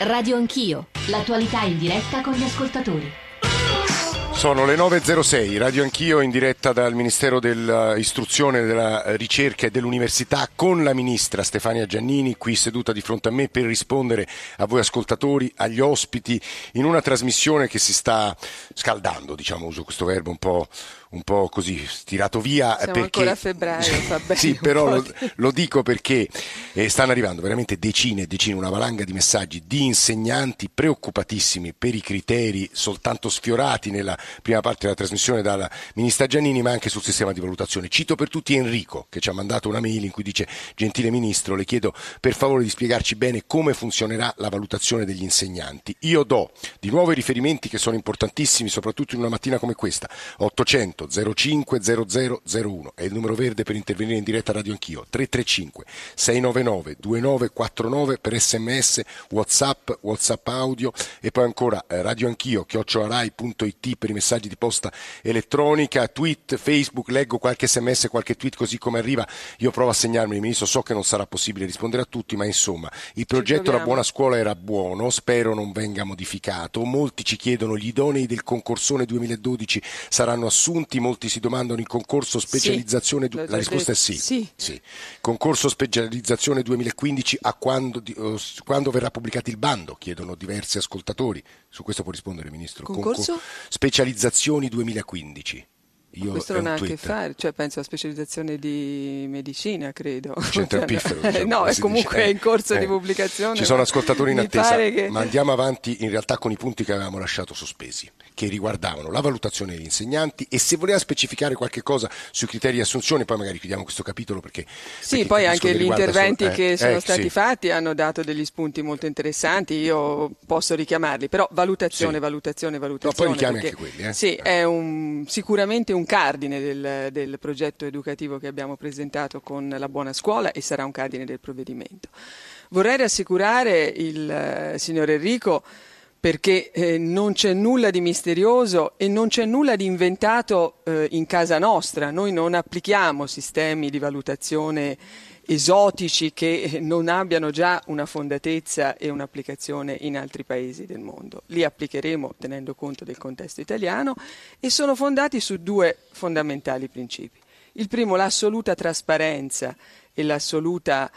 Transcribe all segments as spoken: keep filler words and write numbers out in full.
Radio Anch'io, l'attualità in diretta con gli ascoltatori. Sono le nove e zero sei, Radio Anch'io in diretta dal Ministero dell'Istruzione, della Ricerca e dell'Università con la Ministra Stefania Giannini qui seduta di fronte a me per rispondere a voi ascoltatori, agli ospiti in una trasmissione che si sta scaldando, diciamo, uso questo verbo un po', un po' così tirato via. Siamo perché... ancora a febbraio, va bene. Sì, però lo, lo dico perché eh, stanno arrivando veramente decine e decine, una valanga di messaggi di insegnanti preoccupatissimi per i criteri soltanto sfiorati nella prima parte della trasmissione dalla Ministra Giannini, ma anche sul sistema di valutazione. Cito per tutti Enrico, che ci ha mandato una mail in cui dice: gentile Ministro, le chiedo per favore di spiegarci bene come funzionerà la valutazione degli insegnanti. Io do di nuovo i riferimenti che sono importantissimi, soprattutto in una mattina come questa. ottocento zero cinque zero zero zero uno è il numero verde per intervenire in diretta Radio Anch'io, tre tre cinque sei nove nove due nove quattro nove per sms, whatsapp, whatsapp audio, e poi ancora eh, Radio Anch'io chiocciola rai punto it per i messaggi di posta elettronica, tweet, Facebook. Leggo qualche sms, qualche tweet così come arriva, io provo a segnarmi. Ministro, so che non sarà possibile rispondere a tutti, ma insomma il progetto La Buona Scuola era buono, spero non venga modificato. Molti ci chiedono: gli idonei del concorsone duemiladodici saranno assunti? Molti si domandano: il concorso specializzazione sì, du- la risposta è sì. sì. sì. Concorso specializzazione duemilaquindici, a quando, uh, quando verrà pubblicato il bando? Chiedono diversi ascoltatori. Su questo può rispondere, Ministro. Concorso? Concor- specializzazioni duemilaquindici. Io Questo non ha a che fare, cioè penso a specializzazione di medicina, credo. C'entra il piffero, diciamo, no, è comunque dice, eh, in corso eh, di pubblicazione. Ci sono ascoltatori in attesa, che... ma andiamo avanti in realtà con i punti che avevamo lasciato sospesi, che riguardavano la valutazione degli insegnanti, e se voleva specificare qualche cosa sui criteri di assunzione, poi magari chiudiamo questo capitolo perché... Sì, perché poi anche gli interventi solo, eh, che sono eh, stati sì. fatti hanno dato degli spunti molto interessanti, io posso richiamarli, però valutazione, sì. valutazione, valutazione. No, poi richiami perché, anche quelli. Eh? Sì, è un, sicuramente un cardine del del progetto educativo che abbiamo presentato con La Buona Scuola e sarà un cardine del provvedimento. Vorrei rassicurare il eh, signor Enrico perché eh, non c'è nulla di misterioso e non c'è nulla di inventato eh, in casa nostra. Noi non applichiamo sistemi di valutazione esotici che non abbiano già una fondatezza e un'applicazione in altri paesi del mondo. Li applicheremo tenendo conto del contesto italiano e sono fondati su due fondamentali principi. Il primo, l'assoluta trasparenza e l'assoluta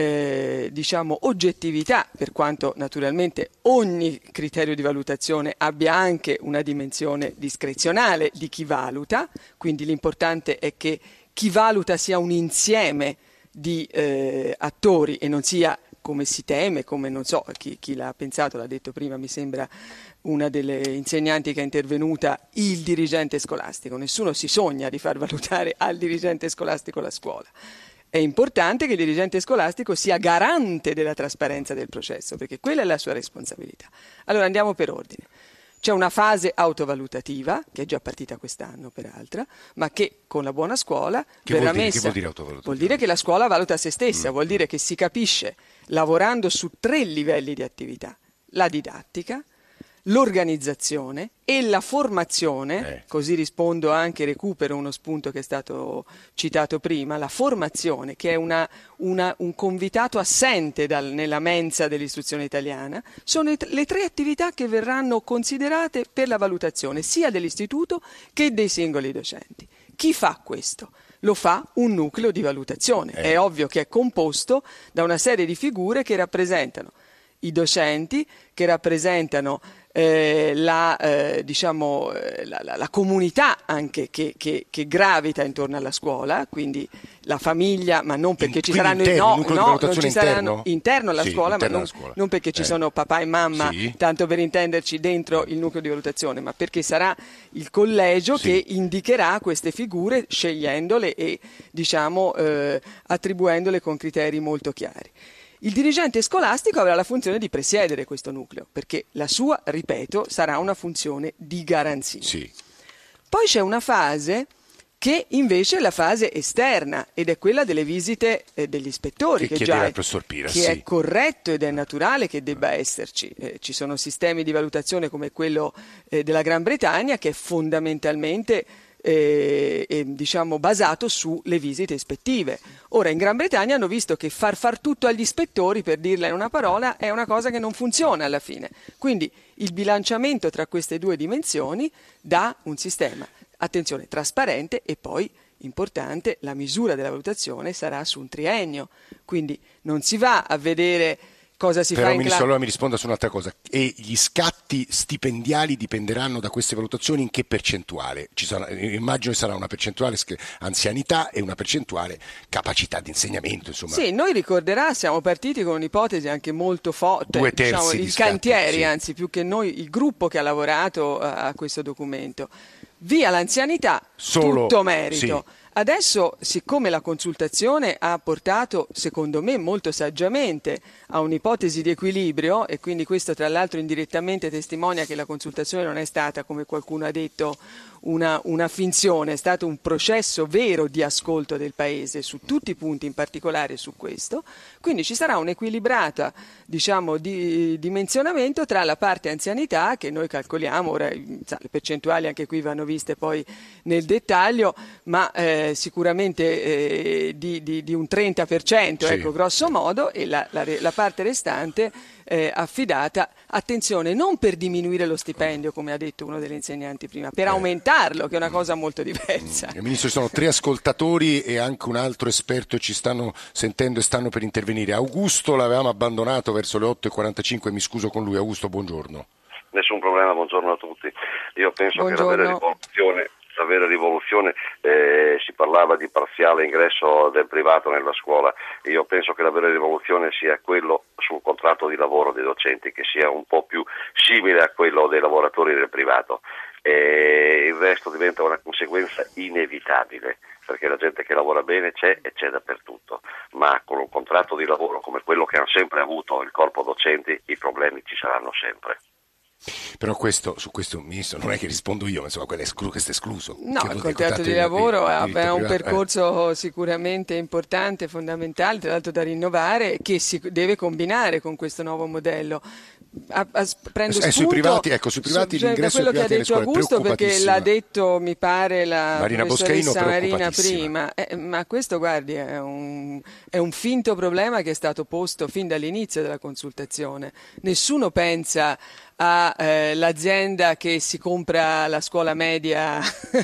eh, diciamo oggettività, per quanto naturalmente ogni criterio di valutazione abbia anche una dimensione discrezionale di chi valuta, quindi l'importante è che chi valuta sia un insieme di eh, attori e non sia, come si teme, come non so, chi, chi l'ha pensato, l'ha detto prima, mi sembra una delle insegnanti che è intervenuta, il dirigente scolastico. Nessuno si sogna di far valutare al dirigente scolastico la scuola. È importante che il dirigente scolastico sia garante della trasparenza del processo, perché quella è la sua responsabilità. Allora andiamo per ordine. C'è una fase autovalutativa, che è già partita quest'anno peraltro, ma che con La Buona Scuola che verrà vuol dire, messa... Che vuol dire autovalutativa? Vuol dire che la scuola valuta se stessa, mm. vuol dire che si capisce, lavorando su tre livelli di attività: la didattica, l'organizzazione e la formazione, eh. così rispondo anche, recupero uno spunto che è stato citato prima, la formazione, che è una, una, un convitato assente dal, nella mensa dell'istruzione italiana, sono le tre attività che verranno considerate per la valutazione sia dell'istituto che dei singoli docenti. Chi fa questo? Lo fa un nucleo di valutazione, eh. è ovvio che è composto da una serie di figure che rappresentano i docenti, che rappresentano eh, la, eh, diciamo, la, la, la comunità anche che, che, che gravita intorno alla scuola, quindi la famiglia, ma non perché In, ci saranno interno, no, no, non ci saranno interno? interno alla sì, scuola, ma non, scuola. non perché ci eh. sono papà e mamma, sì. tanto per intenderci, dentro il nucleo di valutazione, ma perché sarà il collegio sì. che indicherà queste figure scegliendole e diciamo eh, attribuendole con criteri molto chiari. Il dirigente scolastico avrà la funzione di presiedere questo nucleo, perché la sua, ripeto, sarà una funzione di garanzia. Sì. Poi c'è una fase che invece è la fase esterna ed è quella delle visite eh, degli ispettori, che, che, già è, Pira, che sì. è corretto ed è naturale che debba esserci. Eh, ci sono sistemi di valutazione come quello eh, della Gran Bretagna che fondamentalmente eh, eh, diciamo basato sulle visite ispettive. Ora in Gran Bretagna hanno visto che far far tutto agli ispettori, per dirla in una parola, è una cosa che non funziona alla fine. Quindi il bilanciamento tra queste due dimensioni dà un sistema, attenzione, trasparente, e poi importante, la misura della valutazione sarà su un triennio, quindi non si va a vedere cosa si Però, fa in Ministro, classe. allora mi risponda su un'altra cosa. E gli scatti stipendiali dipenderanno da queste valutazioni in che percentuale? Ci sarà, immagino che sarà una percentuale anzianità e una percentuale capacità di insegnamento. Insomma. Sì, noi ricorderà, siamo partiti con un'ipotesi anche molto forte, Due terzi diciamo, di il scatti, cantieri, sì. anzi più che noi, il gruppo che ha lavorato a, a questo documento. Via l'anzianità, Solo, tutto merito. sì. Adesso, siccome la consultazione ha portato, secondo me, molto saggiamente a un'ipotesi di equilibrio, e quindi questo tra l'altro indirettamente testimonia che la consultazione non è stata, come qualcuno ha detto, una, una finzione, è stato un processo vero di ascolto del Paese su tutti i punti, in particolare su questo, quindi ci sarà un equilibrata, diciamo, di dimensionamento tra la parte anzianità, che noi calcoliamo, ora le percentuali anche qui vanno viste poi nel dettaglio, ma eh, sicuramente eh, di, di, di un trenta per cento, sì. ecco, grosso modo, e la, la, la parte restante eh, affidata, attenzione, non per diminuire lo stipendio, come ha detto uno degli insegnanti prima, per eh. aumentarlo, che è una cosa molto diversa. Mm. Ministro, ci sono tre ascoltatori e anche un altro esperto ci stanno sentendo e stanno per intervenire. Augusto l'avevamo abbandonato verso le otto e quarantacinque, mi scuso con lui. Augusto, buongiorno. Nessun problema, buongiorno a tutti. Io penso Buongiorno. che la vera rivoluzione, la vera rivoluzione eh, si parlava di parziale ingresso del privato nella scuola. Io penso che la vera rivoluzione sia quello sul contratto di lavoro dei docenti, che sia un po' più simile a quello dei lavoratori del privato. E il resto diventa una conseguenza inevitabile, perché la gente che lavora bene c'è e c'è dappertutto, ma con un contratto di lavoro come quello che hanno sempre avuto il corpo docenti, i problemi ci saranno sempre. Però questo, su questo, Ministro, non è che rispondo io, ma insomma, quello è esclu- questo è escluso. No, Che il vuol dire contratto di di- lavoro di- di è un privato, percorso sicuramente importante, fondamentale, tra l'altro da rinnovare, che si deve combinare con questo nuovo modello. A, a, prendo Eh, sui spunto privati, ecco, sui privati su, cioè, da l'ingresso quello ai che ha privati detto nelle scuole è Augusto, perché preoccupatissima. l'ha detto, mi pare, la Marina Boscaino, professoressa Marina preoccupatissima. prima, eh, ma questo, guardi, è un, è un finto problema che è stato posto fin dall'inizio della consultazione. Nessuno pensa all'azienda eh, che si compra la scuola media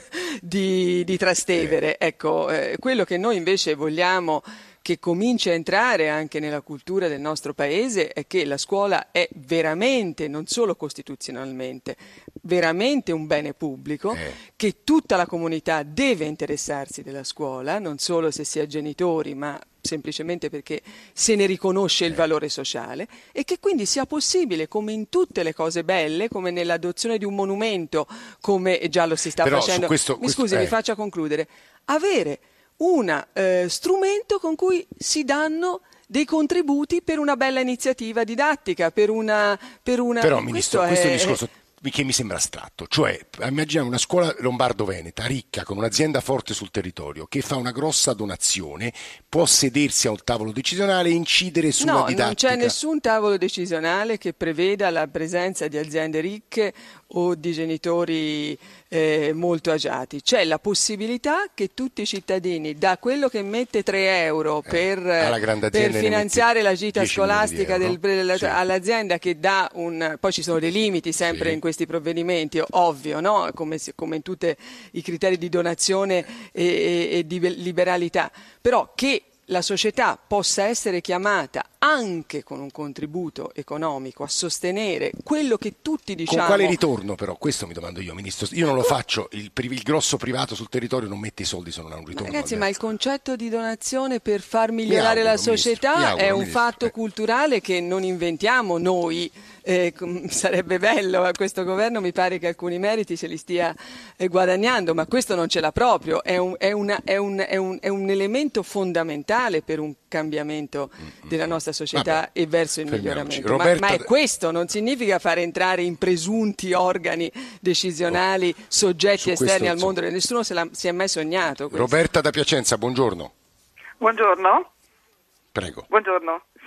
di, di Trastevere. Ecco, eh, quello che noi invece vogliamo che cominci a entrare anche nella cultura del nostro paese è che la scuola è veramente, non solo costituzionalmente, veramente un bene pubblico, eh. che tutta la comunità deve interessarsi della scuola, non solo se si è genitori, ma semplicemente perché se ne riconosce il valore sociale, e che quindi sia possibile, come in tutte le cose belle, come nell'adozione di un monumento, come già lo si sta Però facendo, su questo, mi questo, scusi, eh. mi faccia concludere, avere un eh, strumento con cui si danno dei contributi per una bella iniziativa didattica, per una... Per una Però, Ministro, questo questo è è, un discorso che mi sembra astratto, cioè immaginiamo una scuola lombardo-veneta ricca con un'azienda forte sul territorio che fa una grossa donazione, può sedersi a un tavolo decisionale e incidere sulla no, didattica. non c'è nessun tavolo decisionale che preveda la presenza di aziende ricche o di genitori eh, molto agiati. C'è la possibilità che tutti i cittadini, da quello che mette tre euro per, eh, per finanziare la gita scolastica di del, sì. all'azienda che dà un... Poi ci sono dei limiti sempre sì. in questi provvedimenti, ovvio, no? come, come in tutti i criteri di donazione e, e, e di liberalità, però che la società possa essere chiamata anche con un contributo economico a sostenere quello che tutti diciamo. Con quale ritorno però? Questo mi domando io, Ministro. Io non lo faccio, il, il grosso privato sul territorio non mette i soldi se non ha un ritorno. Ma ragazzi, almeno. ma il concetto di donazione per far migliorare auguro, la Ministro, società mi auguro, è un Ministro. fatto Eh. culturale che non inventiamo noi. Eh, com- sarebbe bello, a questo governo mi pare che alcuni meriti se li stia eh, guadagnando, ma questo non ce l'ha proprio, è un, è, una, è, un, è, un, è un elemento fondamentale per un cambiamento della nostra società. Vabbè, e verso il fermiamoci. miglioramento. Ma, Roberta... ma è questo, non significa far entrare in presunti organi decisionali soggetti Su esterni questo, al mondo, nessuno se l'ha, si è mai sognato questo. Roberta da Piacenza, buongiorno. Buongiorno. Prego. Buongiorno.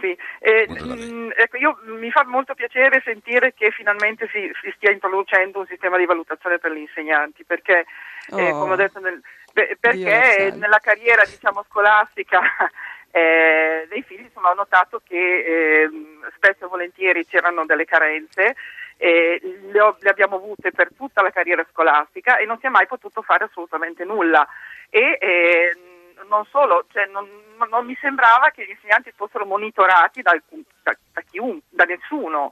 Sì, eh, mh, ecco, io, mi fa molto piacere sentire che finalmente si, si stia introducendo un sistema di valutazione per gli insegnanti, perché, Oh, eh, come ho detto, nel, beh, perché nella carriera, diciamo, scolastica eh, dei figli, insomma, ho notato che eh, spesso e volentieri c'erano delle carenze. Eh, le, ho, le abbiamo avute per tutta la carriera scolastica e non si è mai potuto fare assolutamente nulla. E eh, non solo, cioè non, non mi sembrava che gli insegnanti fossero monitorati da, da, da chiunque, da nessuno.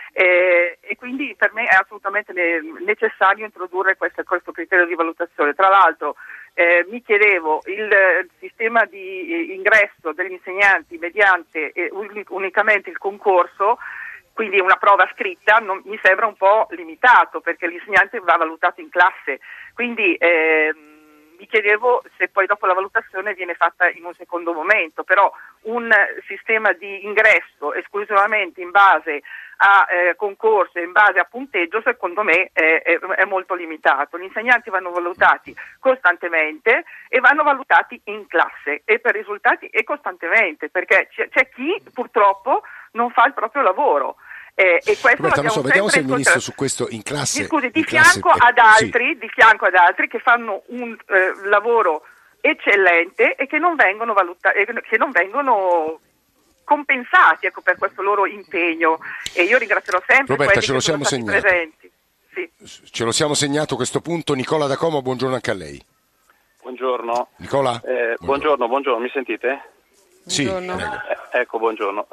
Eh, e quindi per me è assolutamente ne- necessario introdurre questo, questo criterio di valutazione. Tra l'altro eh, mi chiedevo il, il sistema di ingresso degli insegnanti mediante eh, unicamente il concorso, quindi una prova scritta, non, mi sembra un po' limitato, perché l'insegnante va valutato in classe, quindi eh, mi chiedevo se poi dopo la valutazione viene fatta in un secondo momento, però un sistema di ingresso esclusivamente in base a eh, concorso e in base a punteggio secondo me è, è, è molto limitato. Gli insegnanti vanno valutati costantemente e vanno valutati in classe e per risultati e costantemente, perché c'è, c'è chi purtroppo non fa il proprio lavoro. Eh, e questo Roberta, non so, vediamo se il ministro su questo in classe... Mi scusi, di in fianco classe, ad eh, altri, sì. di fianco ad altri che fanno un eh, lavoro eccellente e che non vengono valutati, che non vengono compensati, ecco, per questo loro impegno. E io ringrazierò sempre Roberta, quelli ce lo che sono siamo stati segnato. presenti. Sì. Ce lo siamo segnato questo punto. Nicola da Como, buongiorno anche a lei. Buongiorno. Nicola? Eh, buongiorno. buongiorno, buongiorno, mi sentite? Sì, eh, ecco, buongiorno.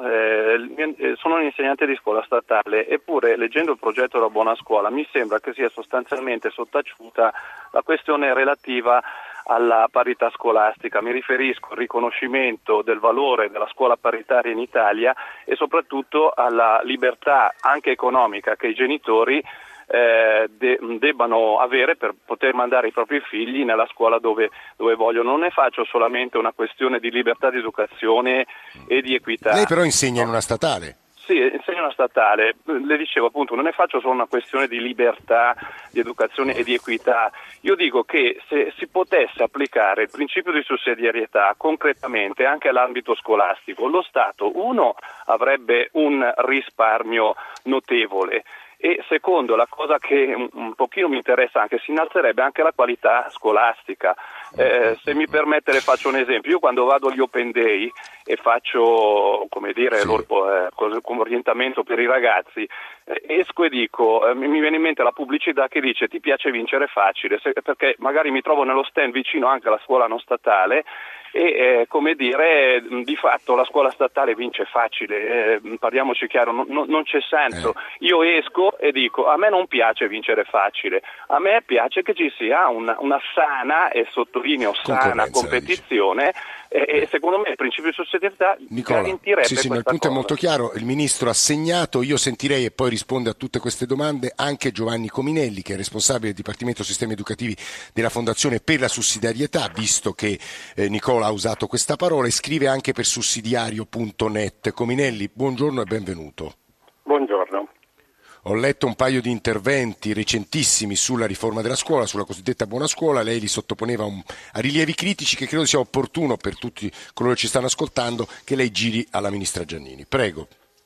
Eh, sono un insegnante di scuola statale, eppure leggendo il progetto della Buona Scuola mi sembra che sia sostanzialmente sottaciuta la questione relativa alla parità scolastica. Mi riferisco al riconoscimento del valore della scuola paritaria in Italia e soprattutto alla libertà anche economica che i genitori Eh, de- debbano avere per poter mandare i propri figli nella scuola dove, dove vogliono. Non ne faccio solamente una questione di libertà di educazione e di equità. Lei però insegna no. in una statale. Sì, insegno una statale. Le dicevo appunto, non ne faccio solo una questione di libertà, di educazione e di equità. Io dico che se si potesse applicare il principio di sussidiarietà concretamente anche all'ambito scolastico, lo Stato, uno, avrebbe un risparmio notevole. E secondo, la cosa che un, un pochino mi interessa anche, si innalzerebbe anche la qualità scolastica. Eh, se mi permette le faccio un esempio. Io quando vado agli Open Day e faccio, come dire, sì. l'or- eh, come orientamento per i ragazzi, eh, esco e dico, eh, mi viene in mente la pubblicità che dice ti piace vincere facile, se, perché magari mi trovo nello stand vicino anche alla scuola non statale e eh, come dire, di fatto la scuola statale vince facile, eh, parliamoci chiaro, non, non, non c'è senso. Eh. Io esco e dico a me non piace vincere facile, a me piace che ci sia una, una sana, e sottolineo sana, competizione e, e secondo me il principio di sussidiarietà garantirebbe sì, sì, no, il punto cosa. è molto chiaro, il ministro ha segnato, io sentirei e poi risponde a tutte queste domande anche Giovanni Cominelli, che è responsabile del Dipartimento Sistemi Educativi della Fondazione per la Sussidiarietà, visto che eh, Nicola ha usato questa parola, e scrive anche per sussidiario punto net. Cominelli, buongiorno e benvenuto. Buongiorno. Ho letto un paio di interventi recentissimi sulla riforma della scuola, sulla cosiddetta buona scuola, lei li sottoponeva un, a rilievi critici che credo sia opportuno per tutti coloro che ci stanno ascoltando che lei giri alla ministra Giannini. Prego.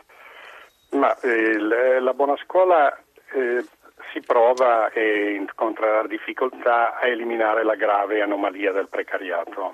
Ma eh, la buona scuola eh, si prova e incontra difficoltà a eliminare la grave anomalia del precariato.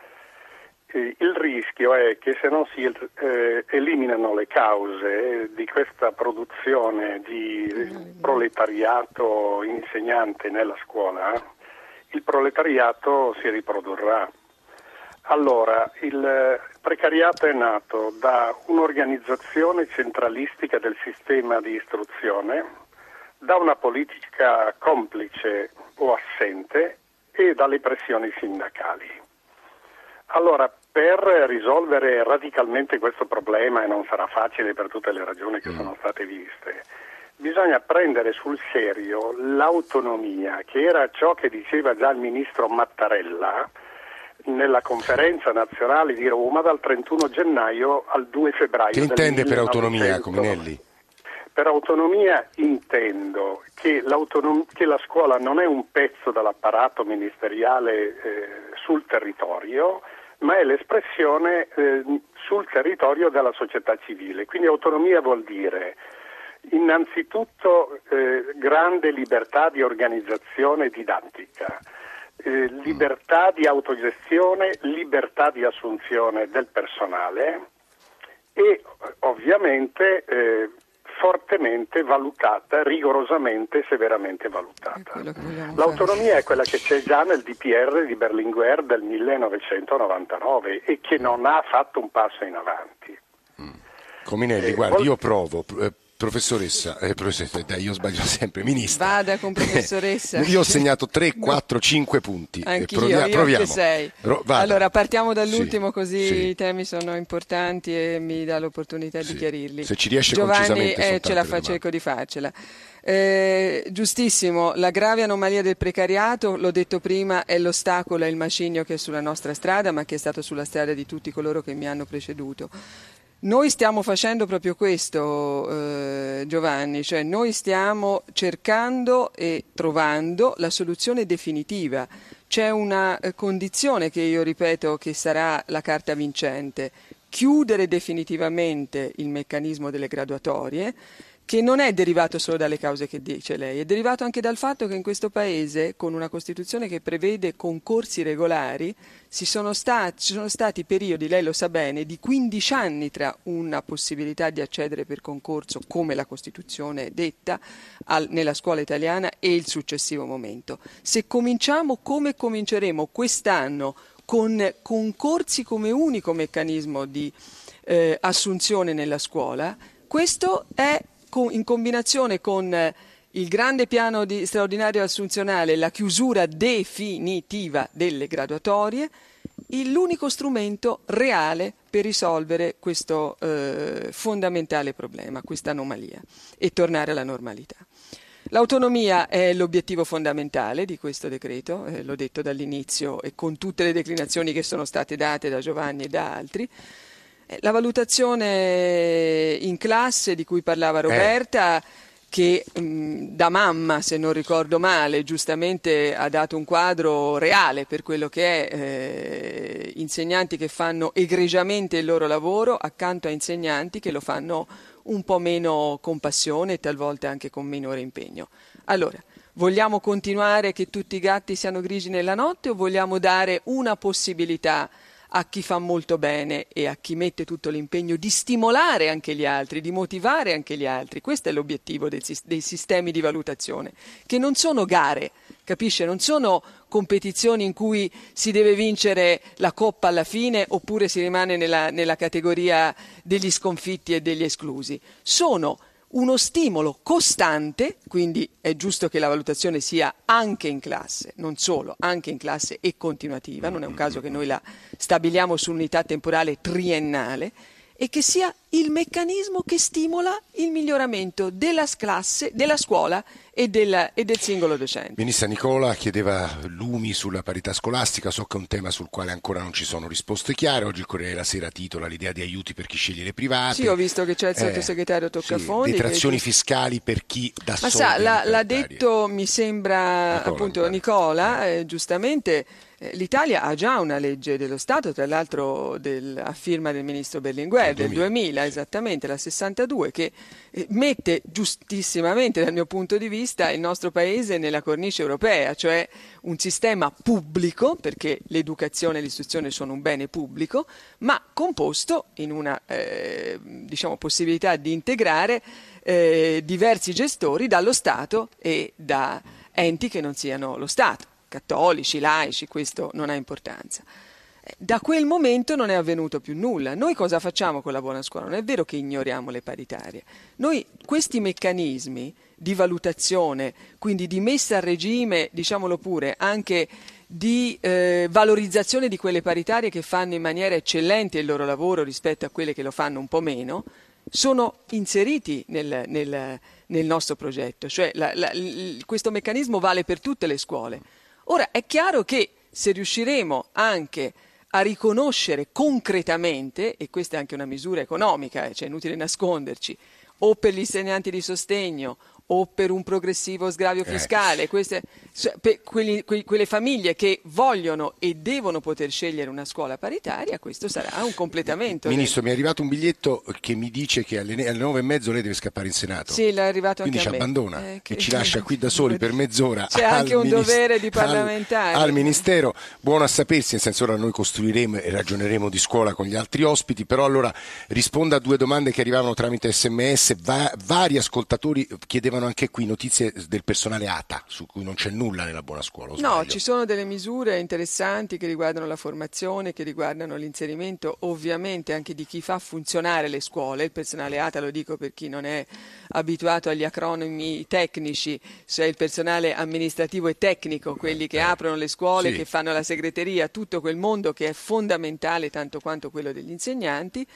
Il rischio è che se non si eh, eliminano le cause di questa produzione di proletariato insegnante nella scuola, il proletariato si riprodurrà. Allora, il precariato è nato da un'organizzazione centralistica del sistema di istruzione, da una politica complice o assente e dalle pressioni sindacali. Allora, per risolvere radicalmente questo problema, e non sarà facile per tutte le ragioni che sono state viste, bisogna prendere sul serio l'autonomia, che era ciò che diceva già il ministro Mattarella nella conferenza nazionale di Roma dal trentuno gennaio al due febbraio. Che intende del per autonomia, Cominelli? Per autonomia intendo che, l'autonom- che la scuola non è un pezzo dell'apparato ministeriale eh, sul territorio, ma è l'espressione eh, sul territorio della società civile. Quindi autonomia vuol dire innanzitutto eh, grande libertà di organizzazione didattica, eh, libertà di autogestione, libertà di assunzione del personale e ovviamente eh, fortemente valutata, rigorosamente, severamente valutata. L'autonomia fare. È quella che c'è già nel D P R di Berlinguer del millenovecentonovantanove e che non ha fatto un passo in avanti. Mm. Cominelli, eh, guardi, vol- io provo... Eh, Professoressa, eh, professoressa, dai, io sbaglio sempre, ministra. Vada con professoressa. Io ho segnato tre, quattro, cinque punti. Anch'io, Provia- io proviamo. sei. Ro- allora partiamo dall'ultimo, sì, così sì. i temi sono importanti e mi dà l'opportunità sì. di chiarirli. Se ci riesce Giovanni, concisamente eh, ce la fa, cerco di farcela. Eh, giustissimo, la grave anomalia del precariato, l'ho detto prima, è l'ostacolo, è il macigno che è sulla nostra strada, ma che è stato sulla strada di tutti coloro che mi hanno preceduto. Noi stiamo facendo proprio questo, eh, Giovanni, cioè noi stiamo cercando e trovando la soluzione definitiva. C'è una eh, condizione che io ripeto che sarà la carta vincente, chiudere definitivamente il meccanismo delle graduatorie, che non è derivato solo dalle cause che dice lei, è derivato anche dal fatto che in questo Paese, con una Costituzione che prevede concorsi regolari, ci sono stati, ci sono stati periodi, lei lo sa bene, di quindici anni tra una possibilità di accedere per concorso, come la Costituzione detta, al, nella scuola italiana e il successivo momento. Se cominciamo come cominceremo quest'anno, con concorsi come unico meccanismo di eh, assunzione nella scuola, questo è in combinazione con il grande piano di straordinario assunzionale, la chiusura definitiva delle graduatorie, l'unico strumento reale per risolvere questo eh, fondamentale problema, questa anomalia, e tornare alla normalità. L'autonomia è l'obiettivo fondamentale di questo decreto, eh, l'ho detto dall'inizio e con tutte le declinazioni che sono state date da Giovanni e da altri. La valutazione in classe di cui parlava Roberta, eh. che mh, da mamma, se non ricordo male, giustamente ha dato un quadro reale per quello che è, eh, insegnanti che fanno egregiamente il loro lavoro accanto a insegnanti che lo fanno un po' meno con passione e talvolta anche con minore impegno. Allora, vogliamo continuare che tutti i gatti siano grigi nella notte o vogliamo dare una possibilità a chi fa molto bene e a chi mette tutto l'impegno di stimolare anche gli altri, di motivare anche gli altri? Questo è l'obiettivo dei, dei sistemi di valutazione, che non sono gare, capisce? Non sono competizioni in cui si deve vincere la coppa alla fine oppure si rimane nella, nella categoria degli sconfitti e degli esclusi. Sono uno stimolo costante, quindi è giusto che la valutazione sia anche in classe, non solo, anche in classe e continuativa, non è un caso che noi la stabiliamo su unità temporale triennale, e che sia il meccanismo che stimola il miglioramento della classe, della scuola e del, e del singolo docente. Ministra Nicola chiedeva lumi sulla parità scolastica, so che è un tema sul quale ancora non ci sono risposte chiare. Oggi il Corriere della Sera titola l'idea di aiuti per chi sceglie le private. Sì, ho visto che c'è il sottosegretario eh, Toccafondi. Sì, detrazioni che... fiscali per chi dà Ma soldi. sa, la, l'ha detto, mi sembra, Nicola, appunto, Nicola, eh, giustamente. L'Italia ha già una legge dello Stato, tra l'altro del, a firma del ministro Berlinguer del duemila, esattamente la sessantadue, che eh, mette giustissimamente dal mio punto di vista il nostro paese nella cornice europea, cioè un sistema pubblico, perché l'educazione e l'istruzione sono un bene pubblico, ma composto in una eh, diciamo, possibilità di integrare eh, diversi gestori dallo Stato e da enti che non siano lo Stato. Cattolici, laici, questo non ha importanza. Da quel momento non è avvenuto più nulla. Noi cosa facciamo con la buona scuola? Non è vero che ignoriamo le paritarie. Noi questi meccanismi di valutazione, quindi di messa a regime, diciamolo pure, anche di eh, valorizzazione di quelle paritarie che fanno in maniera eccellente il loro lavoro rispetto a quelle che lo fanno un po' meno, sono inseriti nel, nel, nel nostro progetto. Cioè la, la, l, questo meccanismo vale per tutte le scuole. Ora, è chiaro che se riusciremo anche a riconoscere concretamente, e questa è anche una misura economica, cioè è inutile nasconderci, o per gli insegnanti di sostegno o per un progressivo sgravio Eh. fiscale. Queste, per quelli- que- quelle famiglie che vogliono e devono poter scegliere una scuola paritaria, questo sarà un completamento. Ministro, mi è arrivato un biglietto che mi dice che alle, alle nove e mezzo lei deve scappare in Senato. Sì, l'è arrivato Quindi ci anche a me. abbandona Eh, e ci lascia qui da soli per mezz'ora. C'è al anche un minis- dovere di al- parlamentare. Al, Ministero. Buono a sapersi, nel senso ora noi costruiremo e ragioneremo di scuola con gli altri ospiti, però allora risponda a due domande che arrivavano tramite sms. Va- vari ascoltatori chiedevano anche qui notizie del personale A T A, su cui non c'è nulla nella buona scuola. o No, sbaglio? ci sono delle misure interessanti che riguardano la formazione, che riguardano l'inserimento ovviamente anche di chi fa funzionare le scuole. Il personale A T A, lo dico per chi non è abituato agli acronimi tecnici, cioè il personale amministrativo e tecnico, quelli che aprono le scuole, Sì. che fanno la segreteria, tutto quel mondo che è fondamentale tanto quanto quello degli insegnanti.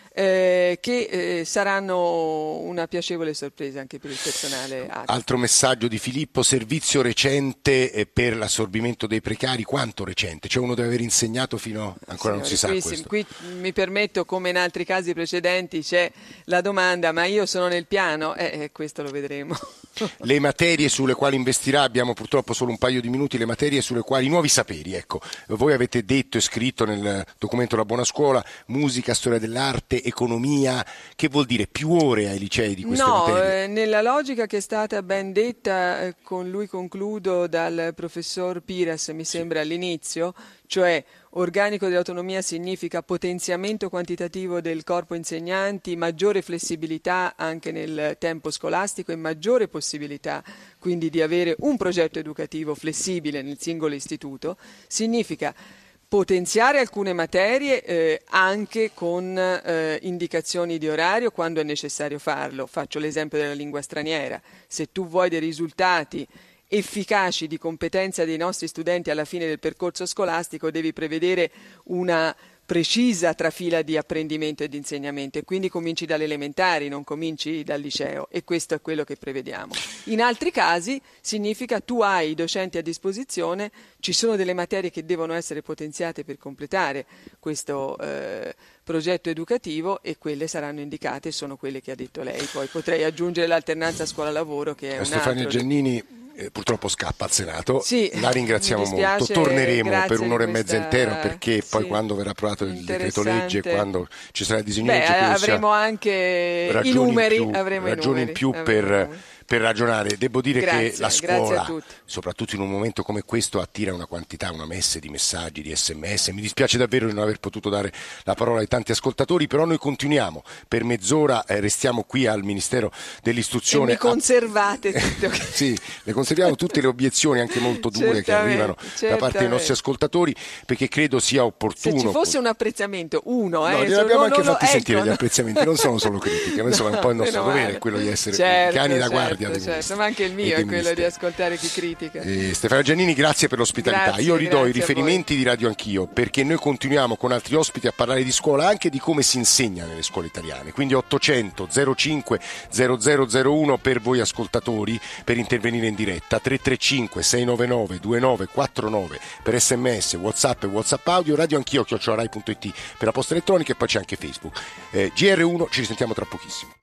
Eh, che eh, saranno una piacevole sorpresa anche per il personale A T A. Altro messaggio di Filippo: servizio recente eh, per l'assorbimento dei precari. Quanto recente? Cioè uno deve aver insegnato fino a... ancora non si sa Signori, questo. qui, qui mi permetto, come in altri casi precedenti, c'è la domanda: ma io sono nel piano? Eh, eh, questo lo vedremo. Le materie sulle quali investirà, abbiamo purtroppo solo un paio di minuti, le materie sulle quali, i nuovi saperi, ecco, voi avete detto e scritto nel documento La Buona Scuola, musica, storia dell'arte, economia, che vuol dire più ore ai licei di queste No, materie? eh, nella logica che è stata ben detta, eh, con lui concludo, dal professor Piras, mi sembra all'inizio, cioè organico dell'autonomia significa potenziamento quantitativo del corpo insegnanti, maggiore flessibilità anche nel tempo scolastico e maggiore possibilità quindi di avere un progetto educativo flessibile nel singolo istituto, significa potenziare alcune materie eh, anche con eh, indicazioni di orario quando è necessario farlo. Faccio l'esempio della lingua straniera. Se tu vuoi dei risultati efficaci di competenza dei nostri studenti alla fine del percorso scolastico, devi prevedere una precisa trafila di apprendimento e di insegnamento, e quindi cominci dalle elementari, non cominci dal liceo, e questo è quello che prevediamo. In altri casi significa tu hai i docenti a disposizione, ci sono delle materie che devono essere potenziate per completare questo eh, progetto educativo, e quelle saranno indicate e sono quelle che ha detto lei. Poi potrei aggiungere l'alternanza scuola-lavoro, che è un Stefania altro. Giannini eh, purtroppo scappa al Senato, Sì, la ringraziamo mi dispiace, molto, torneremo grazie per un'ora di e mezza questa- intera, perché poi sì, quando verrà approvato il decreto legge, interessante. quando ci sarà il disegno Beh, di legge, credo sia avremo anche i ragioni numeri, in più, avremo i ragioni numeri, in più avremo per, i numeri. per ragionare. Devo dire Grazie, che la grazie a scuola, tutti. soprattutto in un momento come questo, attira una quantità, una messe di messaggi, di sms. Mi dispiace davvero di non aver potuto dare la parola ai tanti ascoltatori, però noi continuiamo per mezz'ora, eh, restiamo qui al Ministero E dell'Istruzione. mi conservate tutto. Sì, le conserviamo tutte le obiezioni anche molto dure che Certamente, arrivano da parte dei certamente. nostri ascoltatori, perché credo sia Se opportuno. ci fosse un apprezzamento, uno, No, eh, li se abbiamo no- anche non lo- fatti sentire ecco, gli no. apprezzamenti, non sono solo critiche, ma insomma è un po' il nostro meno dovere, male. è quello di essere Certo, cani da certo, guardia dei certo, ministri ma anche il e mio dei è quello di ministeri. ascoltare chi critica. Eh, Stefano Giannini, grazie per l'ospitalità. Grazie, Io ridò i grazie a riferimenti di Radio Anch'io, perché noi continuiamo con altri ospiti a parlare di scuola, anche di come si insegna nelle scuole italiane. Quindi ottocento zero cinque zero zero zero uno per voi ascoltatori per intervenire in diretta, tre tre cinque sei nove nove due nove quattro nove per sms, WhatsApp e WhatsApp audio, Radio Anch'io chiocciola rai punto it per la posta elettronica, e poi c'è anche Facebook. Eh, G R uno, ci risentiamo tra pochissimo.